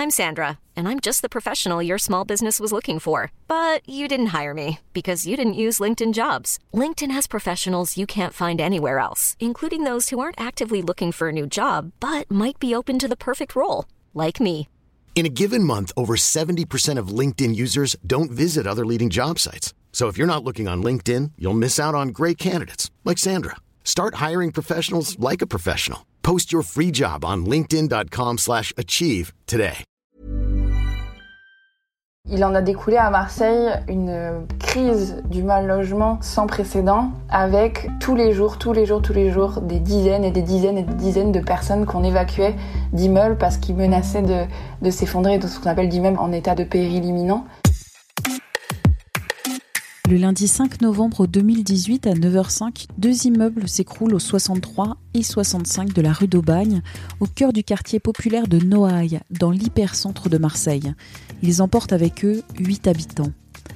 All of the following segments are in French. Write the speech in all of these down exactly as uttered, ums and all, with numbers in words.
I'm Sandra, and I'm just the professional your small business was looking for. But you didn't hire me because you didn't use LinkedIn Jobs. LinkedIn has professionals you can't find anywhere else, including those who aren't actively looking for a new job, but might be open to the perfect role, like me. In a given month, over seventy percent of LinkedIn users don't visit other leading job sites. So if you're not looking on LinkedIn, you'll miss out on great candidates like Sandra. Start hiring professionals like a professional. Post your free job on linkedin.com slash achieve today. Il en a découlé à Marseille une crise du mal-logement sans précédent, avec tous les jours, tous les jours, tous les jours, des dizaines et des dizaines et des dizaines de personnes qu'on évacuait d'immeubles parce qu'ils menaçaient de, de s'effondrer, de ce qu'on appelle d'immeubles en état de péril imminent. Le lundi cinq novembre deux mille dix-huit à neuf heures cinq, deux immeubles s'écroulent au soixante-trois et soixante-cinq de la rue d'Aubagne, au cœur du quartier populaire de Noailles, dans l'hypercentre de Marseille. Ils emportent avec eux huit habitants.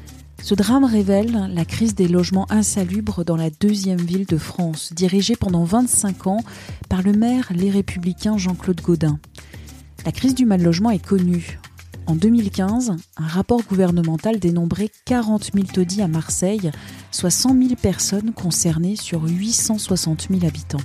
Ce drame révèle la crise des logements insalubres dans la deuxième ville de France, dirigée pendant vingt-cinq ans par le maire Les Républicains Jean-Claude Gaudin. La crise du mal-logement est connue. En deux mille quinze, un rapport gouvernemental dénombrait quarante mille taudis à Marseille, soit cent mille personnes concernées sur huit cent soixante mille habitants.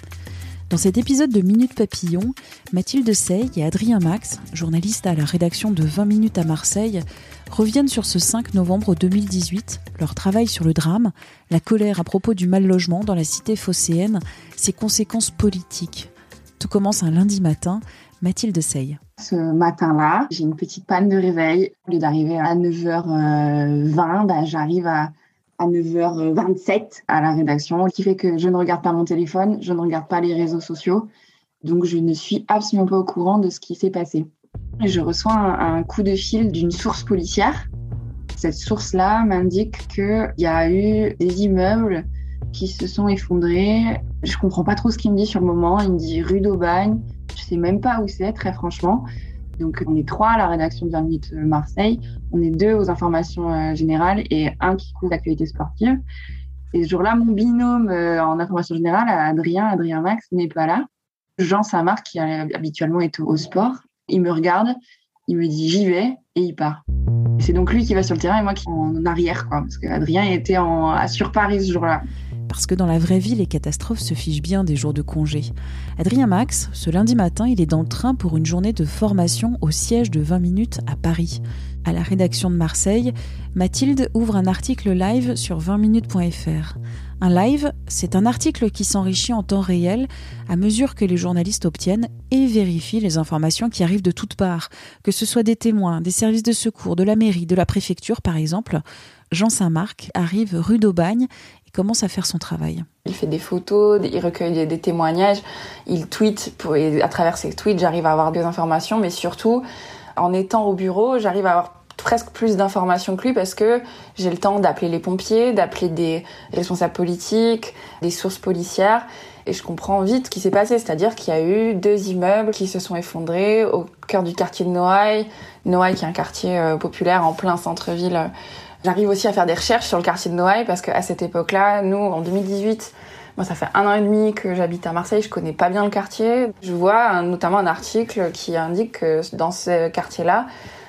Dans cet épisode de Minute Papillon, Mathilde Sey et Adrien Max, journalistes à la rédaction de vingt minutes à Marseille, reviennent sur ce cinq novembre deux mille dix-huit, leur travail sur le drame, la colère à propos du mal-logement dans la cité phocéenne, ses conséquences politiques. Tout commence un lundi matin. Mathilde Sey. Ce matin-là, j'ai une petite panne de réveil. Au lieu d'arriver à neuf heures vingt, bah, j'arrive à, à neuf heures vingt-sept à la rédaction, ce qui fait que je ne regarde pas mon téléphone, je ne regarde pas les réseaux sociaux. Donc, je ne suis absolument pas au courant de ce qui s'est passé. Et je reçois un, un coup de fil d'une source policière. Cette source-là m'indique qu'il y a eu des immeubles qui se sont effondrés. Je ne comprends pas trop ce qu'il me dit sur le moment. Il me dit rue d'Aubagne. Je sais même pas où c'est, très franchement. Donc, on est trois à la rédaction de vingt minutes Marseille. On est deux aux informations euh, générales et un qui couvre l'actualité sportive. Et ce jour-là, mon binôme euh, en information générale, Adrien, Adrien Max, n'est pas là. Jean Saint-Marc, qui euh, habituellement est au, au sport, il me regarde, il me dit « j'y vais » et il part. Et c'est donc lui qui va sur le terrain et moi qui suis en arrière, quoi, parce qu'Adrien était en, à sur Paris ce jour-là. Parce que dans la vraie vie, les catastrophes se fichent bien des jours de congé. Adrien Max, ce lundi matin, il est dans le train pour une journée de formation au siège de vingt minutes à Paris. À la rédaction de Marseille, Mathilde ouvre un article live sur vingt minutes point f r. Un live, c'est un article qui s'enrichit en temps réel à mesure que les journalistes obtiennent et vérifient les informations qui arrivent de toutes parts, que ce soit des témoins, des services de secours, de la mairie, de la préfecture par exemple. Jean Saint-Marc arrive rue d'Aubagne et commence à faire son travail. Il fait des photos, il recueille des, des témoignages, il tweet, pour, et à travers ses tweets, j'arrive à avoir des informations, mais surtout, en étant au bureau, j'arrive à avoir presque plus d'informations que lui parce que j'ai le temps d'appeler les pompiers, d'appeler des responsables politiques, des sources policières, et je comprends vite ce qui s'est passé, c'est-à-dire qu'il y a eu deux immeubles qui se sont effondrés au cœur du quartier de Noailles, Noailles qui est un quartier euh, populaire en plein centre-ville. J'arrive aussi à faire des recherches sur le quartier de Noailles parce qu'à cette époque-là, nous, en deux mille dix-huit, moi, ça fait un an et demi que j'habite à Marseille, je connais pas bien le quartier. Je vois un, notamment un article qui indique que dans ce quartier-là,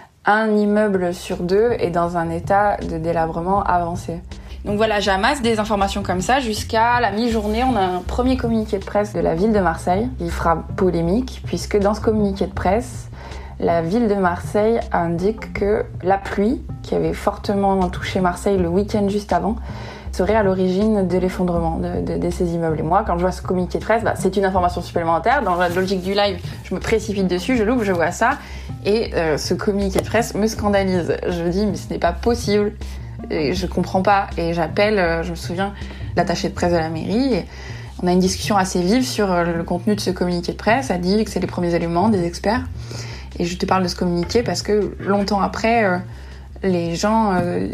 un immeuble sur deux est dans un état de délabrement avancé. Donc voilà, j'amasse des informations comme ça jusqu'à la mi-journée. On a un premier communiqué de presse de la ville de Marseille qui fera polémique puisque dans ce communiqué de presse, la ville de Marseille indique que la pluie, qui avait fortement touché Marseille le week-end juste avant, serait à l'origine de l'effondrement de, de, de ces immeubles. Et moi, quand je vois ce communiqué de presse, bah, c'est une information supplémentaire. Dans la logique du live, je me précipite dessus, je l'ouvre, je vois ça. Et euh, ce communiqué de presse me scandalise. Je me dis, mais ce n'est pas possible. Et je comprends pas. Et j'appelle, euh, je me souviens, l'attaché de presse de la mairie. Et on a une discussion assez vive sur euh, le contenu de ce communiqué de presse. Elle dit que c'est les premiers éléments des experts. Et je te parle de ce communiqué parce que longtemps après, euh, les gens euh,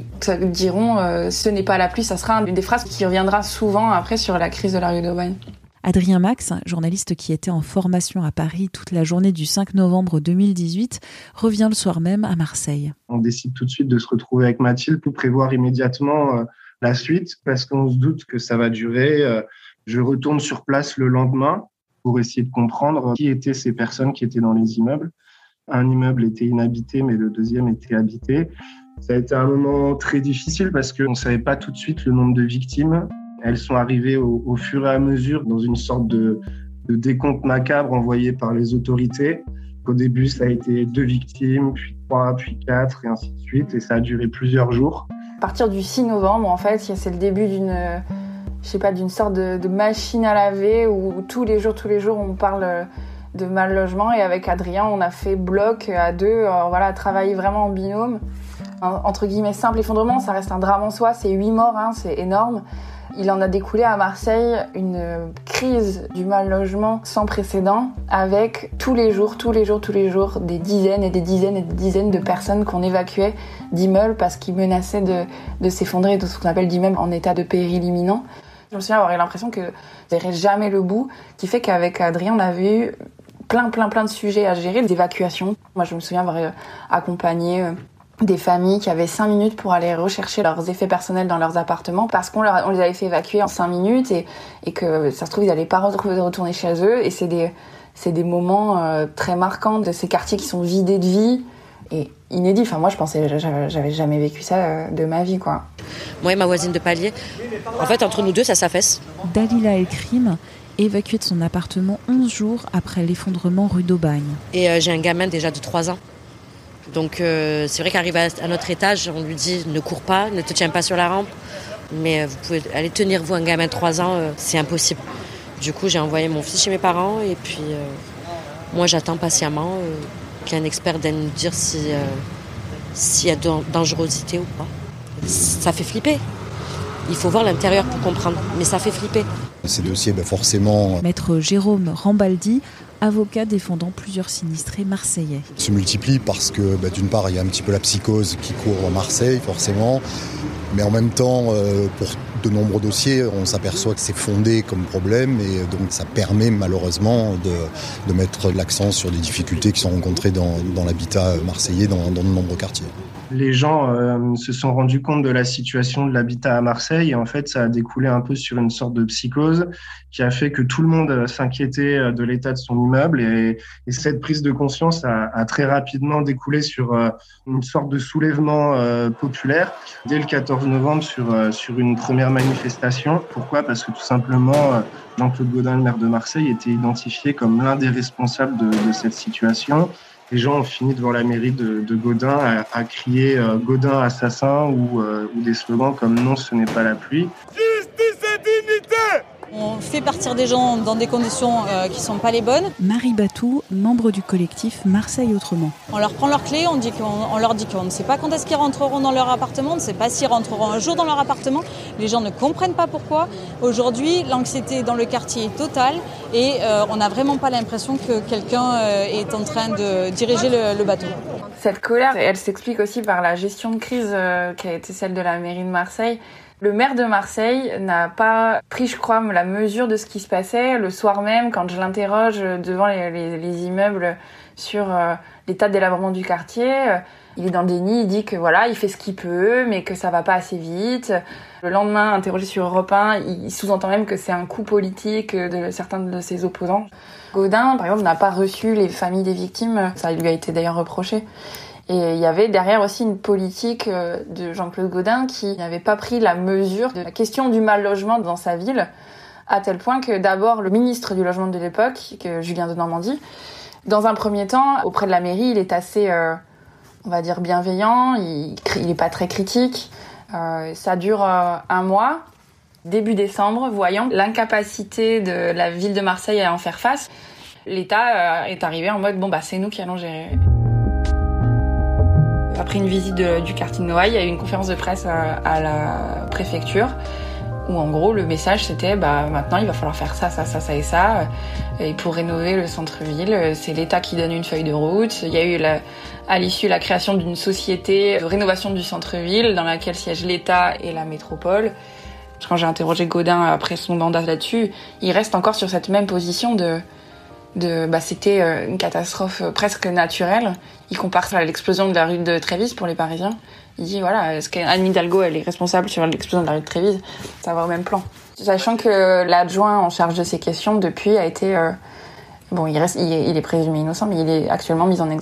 diront euh, « ce n'est pas la pluie », ça sera une des phrases qui reviendra souvent après sur la crise de la rue d'Aubagne. Adrien Max, journaliste qui était en formation à Paris toute la journée du cinq novembre deux mille dix-huit, revient le soir même à Marseille. On décide tout de suite de se retrouver avec Mathilde pour prévoir immédiatement euh, la suite parce qu'on se doute que ça va durer. Euh, je retourne sur place le lendemain pour essayer de comprendre qui étaient ces personnes qui étaient dans les immeubles. Un immeuble était inhabité, mais le deuxième était habité. Ça a été un moment très difficile parce qu'on ne savait pas tout de suite le nombre de victimes. Elles sont arrivées au, au fur et à mesure dans une sorte de, de décompte macabre envoyé par les autorités. Au début, ça a été deux victimes, puis trois, puis quatre, et ainsi de suite. Et ça a duré plusieurs jours. À partir du six novembre, en fait, c'est le début d'une, je sais pas, d'une sorte de, de machine à laver où tous les jours, tous les jours, on parle de mal logement. Et avec Adrien, on a fait bloc à deux, euh, voilà, travailler vraiment en binôme. Un, entre guillemets, simple effondrement, ça reste un drame en soi. C'est huit morts, hein, c'est énorme. Il en a découlé à Marseille une crise du mal logement sans précédent avec tous les jours, tous les jours, tous les jours des dizaines et des dizaines et des dizaines de personnes qu'on évacuait d'immeubles parce qu'ils menaçaient de, de s'effondrer, de ce qu'on appelle d'immeubles en état de péril imminent. Je me souviens avoir eu l'impression que je verrais jamais le bout, qui fait qu'avec Adrien, on avait eu plein, plein, plein de sujets à gérer, d'évacuation. Moi, je me souviens avoir accompagné des familles qui avaient cinq minutes pour aller rechercher leurs effets personnels dans leurs appartements parce qu'on leur, on les avait fait évacuer en cinq minutes et, et que ça se trouve ils n'allaient pas retrouver, retourner chez eux. Et c'est des, c'est des moments euh, très marquants de ces quartiers qui sont vidés de vie et inédits. Enfin, moi, je pensais, j'avais, j'avais jamais vécu ça euh, de ma vie, quoi. Moi et ma voisine de palier, en fait, entre nous deux, ça s'affaisse. Dalila El-Krim, évacuée de son appartement onze jours après l'effondrement rue d'Aubagne. Et euh, j'ai un gamin déjà de trois ans. Donc euh, c'est vrai qu'arrivé à, à notre étage, on lui dit ne cours pas, ne te tiens pas sur la rampe. Mais euh, vous pouvez aller tenir vous un gamin de trois ans, euh, c'est impossible. Du coup j'ai envoyé mon fils chez mes parents et puis euh, moi j'attends patiemment euh, qu'un expert vienne nous dire si, euh, s'il y a de dangerosité ou pas. Ça fait flipper. Il faut voir l'intérieur pour comprendre, mais ça fait flipper. Ces dossiers, ben forcément... Maître Jérôme Rambaldi, avocat défendant plusieurs sinistrés marseillais. Se multiplient parce que ben, d'une part, il y a un petit peu la psychose qui court dans Marseille, forcément. Mais en même temps, euh, pour de nombreux dossiers, on s'aperçoit que c'est fondé comme problème et donc ça permet malheureusement de, de mettre l'accent sur des difficultés qui sont rencontrées dans, dans l'habitat marseillais, dans, dans de nombreux quartiers. Les gens euh, se sont rendus compte de la situation de l'habitat à Marseille et en fait, ça a découlé un peu sur une sorte de psychose qui a fait que tout le monde s'inquiétait de l'état de son immeuble et, et cette prise de conscience a, a très rapidement découlé sur euh, une sorte de soulèvement euh, populaire dès le quatorze novembre sur, euh, sur une première manifestation. Pourquoi ? Parce que tout simplement, euh, Jean-Claude Gaudin, le maire de Marseille, était identifié comme l'un des responsables de, de cette situation. Les gens ont fini devant la mairie de, de Gaudin à, à crier euh, « Gaudin assassin » ou, euh, ou des slogans comme « Non, ce n'est pas la pluie ». Justice et dignité ! On fait partir des gens dans des conditions euh, qui ne sont pas les bonnes. Marie Batou, membre du collectif Marseille Autrement. On leur prend leurs clés, on, dit qu'on, on leur dit qu'on ne sait pas quand est-ce qu'ils rentreront dans leur appartement, on ne sait pas s'ils rentreront un jour dans leur appartement. Les gens ne comprennent pas pourquoi. Aujourd'hui, l'anxiété dans le quartier est totale et euh, on n'a vraiment pas l'impression que quelqu'un euh, est en train de diriger le, le bateau. Cette colère, elle s'explique aussi par la gestion de crise euh, qui a été celle de la mairie de Marseille. Le maire de Marseille n'a pas pris, je crois, la mesure de ce qui se passait. Le soir même, quand je l'interroge devant les, les, les immeubles sur euh, l'état de délabrement du quartier, euh, il est dans le déni, il dit que voilà, il fait ce qu'il peut, mais que ça va pas assez vite. Le lendemain, interrogé sur Europe un, il sous-entend même que c'est un coup politique de certains de ses opposants. Gaudin, par exemple, n'a pas reçu les familles des victimes. Ça lui a été d'ailleurs reproché. Et il y avait derrière aussi une politique de Jean-Claude Gaudin qui n'avait pas pris la mesure de la question du mal logement dans sa ville, à tel point que d'abord le ministre du logement de l'époque, Julien de Normandie, dans un premier temps, auprès de la mairie, il est assez, euh, on va dire, bienveillant, il, il est pas très critique. Euh, ça dure euh, un mois. Début décembre, voyant l'incapacité de la ville de Marseille à en faire face, l'État euh, est arrivé en mode, bon bah c'est nous qui allons gérer. Après une visite de, du quartier de Noailles, il y a eu une conférence de presse à, à la préfecture où en gros le message c'était bah maintenant il va falloir faire ça, ça, ça, ça et ça. Et pour rénover le centre-ville, c'est l'État qui donne une feuille de route. Il y a eu la, à l'issue la création d'une société de rénovation du centre-ville dans laquelle siègent l'État et la métropole. Quand j'ai interrogé Gaudin après son mandat là-dessus, il reste encore sur cette même position de de bah c'était une catastrophe presque naturelle. Il compare ça à l'explosion de la rue de Trévise pour les Parisiens. Il dit voilà, est-ce qu'Anne Hidalgo elle est responsable sur l'explosion de la rue de Trévise ? Ça va au même plan. Sachant que l'adjoint en charge de ces questions depuis a été euh, bon, il reste il est, il est présumé innocent mais il est actuellement mis en examen.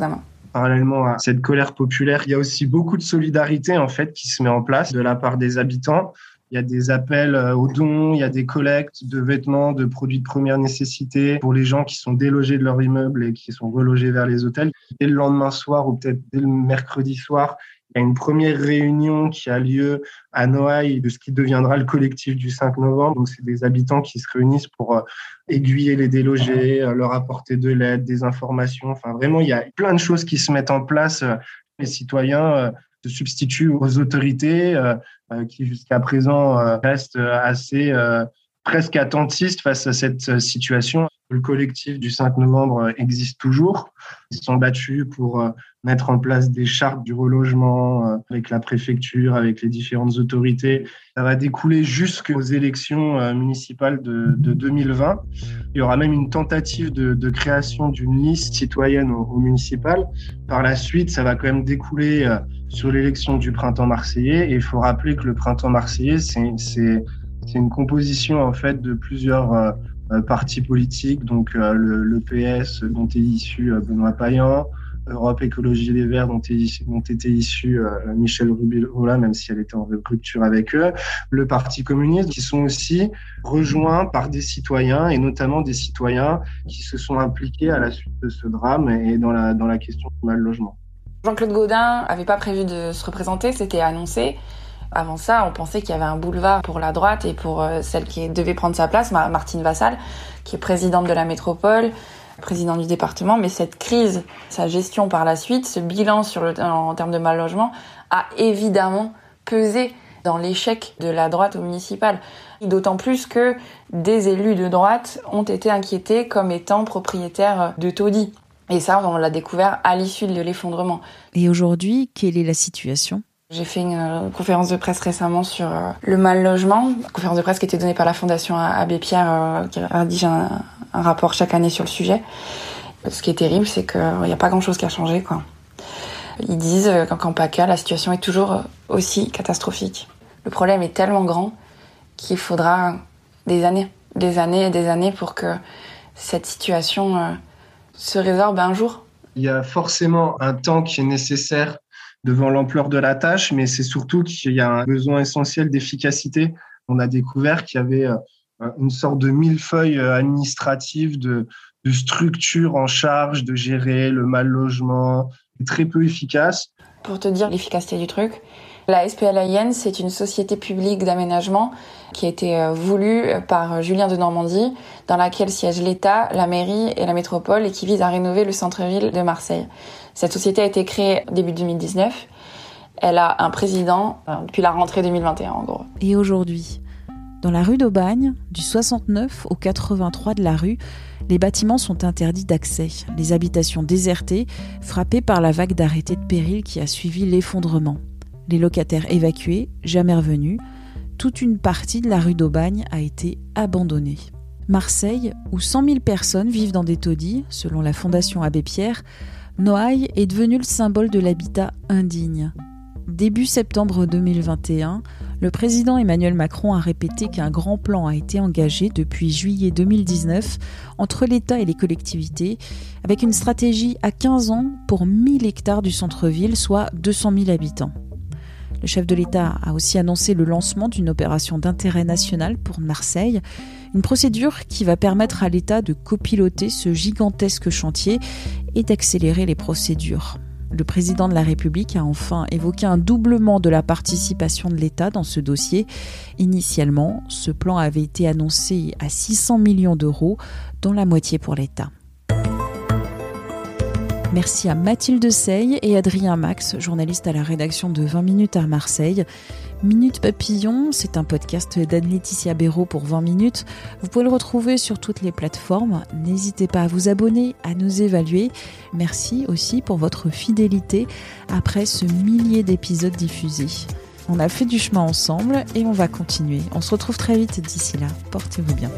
Parallèlement à cette colère populaire, il y a aussi beaucoup de solidarité en fait qui se met en place de la part des habitants. Il y a des appels aux dons, il y a des collectes de vêtements, de produits de première nécessité pour les gens qui sont délogés de leur immeuble et qui sont relogés vers les hôtels. Dès le lendemain soir ou peut-être dès le mercredi soir, il y a une première réunion qui a lieu à Noailles de ce qui deviendra le collectif du cinq novembre. Donc, c'est des habitants qui se réunissent pour aiguiller les délogés, leur apporter de l'aide, des informations. Enfin, vraiment, il y a plein de choses qui se mettent en place. Les citoyens se substituent aux autorités euh, qui, jusqu'à présent, euh, restent assez euh, presque attentistes face à cette situation. Le collectif du cinq novembre existe toujours. Ils se sont battus pour euh, mettre en place des chartes du relogement euh, avec la préfecture, avec les différentes autorités. Ça va découler jusqu'aux élections euh, municipales de, de deux mille vingt. Il y aura même une tentative de, de création d'une liste citoyenne au, au municipal. Par la suite, ça va quand même découler euh, sur l'élection du printemps marseillais. Et il faut rappeler que le printemps marseillais, c'est, c'est, c'est une composition en fait de plusieurs euh, partis politiques, donc euh, le, le P S dont est issu euh, Benoît Payan, Europe Écologie Les Verts dont, est, dont était issu euh, Michel Rubirola, même si elle était en rupture avec eux, le Parti communiste, qui sont aussi rejoints par des citoyens, et notamment des citoyens qui se sont impliqués à la suite de ce drame et dans la, dans la question du mal logement. Jean-Claude Gaudin n'avait pas prévu de se représenter, c'était annoncé. Avant ça, on pensait qu'il y avait un boulevard pour la droite et pour celle qui devait prendre sa place, Martine Vassal, qui est présidente de la métropole, présidente du département. Mais cette crise, sa gestion par la suite, ce bilan sur le, en termes de mal logement, a évidemment pesé dans l'échec de la droite au municipal. D'autant plus que des élus de droite ont été inquiétés comme étant propriétaires de taudis. Et ça, on l'a découvert à l'issue de l'effondrement. Et aujourd'hui, quelle est la situation ? J'ai fait une euh, conférence de presse récemment sur euh, le mal logement, une conférence de presse qui était donnée par la Fondation Abbé Pierre, euh, qui rédige un, un rapport chaque année sur le sujet. Ce qui est terrible, c'est qu'il n'y a pas grand-chose qui a changé, quoi. Ils disent euh, qu'en PACA, la situation est toujours aussi catastrophique. Le problème est tellement grand qu'il faudra des années, des années et des années pour que cette situation euh, se résorbe un jour. Il y a forcément un temps qui est nécessaire devant l'ampleur de la tâche, mais c'est surtout qu'il y a un besoin essentiel d'efficacité. On a découvert qu'il y avait une sorte de millefeuille administrative, de, de structure en charge de gérer le mal logement, très peu efficace. Pour te dire l'efficacité du truc, la S P L A I N, c'est une société publique d'aménagement qui a été voulue par Julien de Normandie, dans laquelle siègent l'État, la mairie et la métropole, et qui vise à rénover le centre-ville de Marseille. Cette société a été créée début deux mille dix-neuf. Elle a un président depuis la rentrée deux mille vingt et un, en gros. Et aujourd'hui, dans la rue d'Aubagne, du soixante-neuf au quatre-vingt-trois de la rue, les bâtiments sont interdits d'accès. Les habitations désertées, frappées par la vague d'arrêtés de péril qui a suivi l'effondrement. Les locataires évacués, jamais revenus. Toute une partie de la rue d'Aubagne a été abandonnée. Marseille, où cent mille personnes vivent dans des taudis, selon la Fondation Abbé Pierre, Noailles est devenu le symbole de l'habitat indigne. Début septembre deux mille vingt et un, le président Emmanuel Macron a répété qu'un grand plan a été engagé depuis juillet deux mille dix-neuf entre l'État et les collectivités, avec une stratégie à quinze ans pour mille hectares du centre-ville, soit deux cent mille habitants. Le chef de l'État a aussi annoncé le lancement d'une opération d'intérêt national pour Marseille, une procédure qui va permettre à l'État de copiloter ce gigantesque chantier et d'accélérer les procédures. Le président de la République a enfin évoqué un doublement de la participation de l'État dans ce dossier. Initialement, ce plan avait été annoncé à six cents millions d'euros, dont la moitié pour l'État. Merci à Mathilde Sey et Adrien Max, journalistes à la rédaction de vingt minutes à Marseille. Minute Papillon, c'est un podcast d'Anne-Laetitia Béraud pour vingt minutes. Vous pouvez le retrouver sur toutes les plateformes. N'hésitez pas à vous abonner, à nous évaluer. Merci aussi pour votre fidélité après ce millier d'épisodes diffusés. On a fait du chemin ensemble et on va continuer. On se retrouve très vite d'ici là. Portez-vous bien.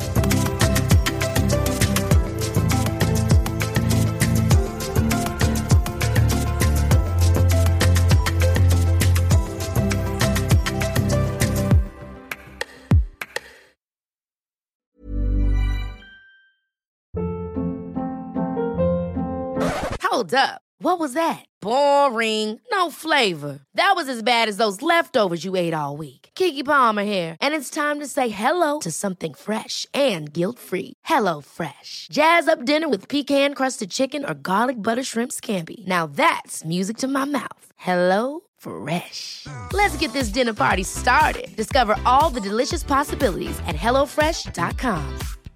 Hold up. What was that? Boring. No flavor. That was as bad as those leftovers you ate all week. Keke Palmer here, and it's time to say hello to something fresh and guilt-free. Hello Fresh. Jazz up dinner with pecan-crusted chicken or garlic butter shrimp scampi. Now that's music to my mouth. Hello Fresh. Let's get this dinner party started. Discover all the delicious possibilities at hello fresh dot com.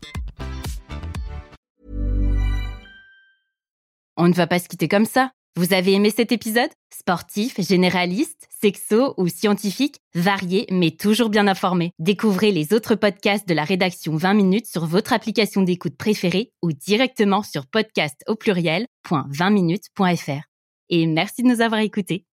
On ne va pas se quitter comme ça. Vous avez aimé cet épisode ? Sportif, généraliste, sexo ou scientifique, varié mais toujours bien informé. Découvrez les autres podcasts de la rédaction vingt minutes sur votre application d'écoute préférée ou directement sur podcast au pluriel point vingt minutes point f r. Et merci de nous avoir écoutés.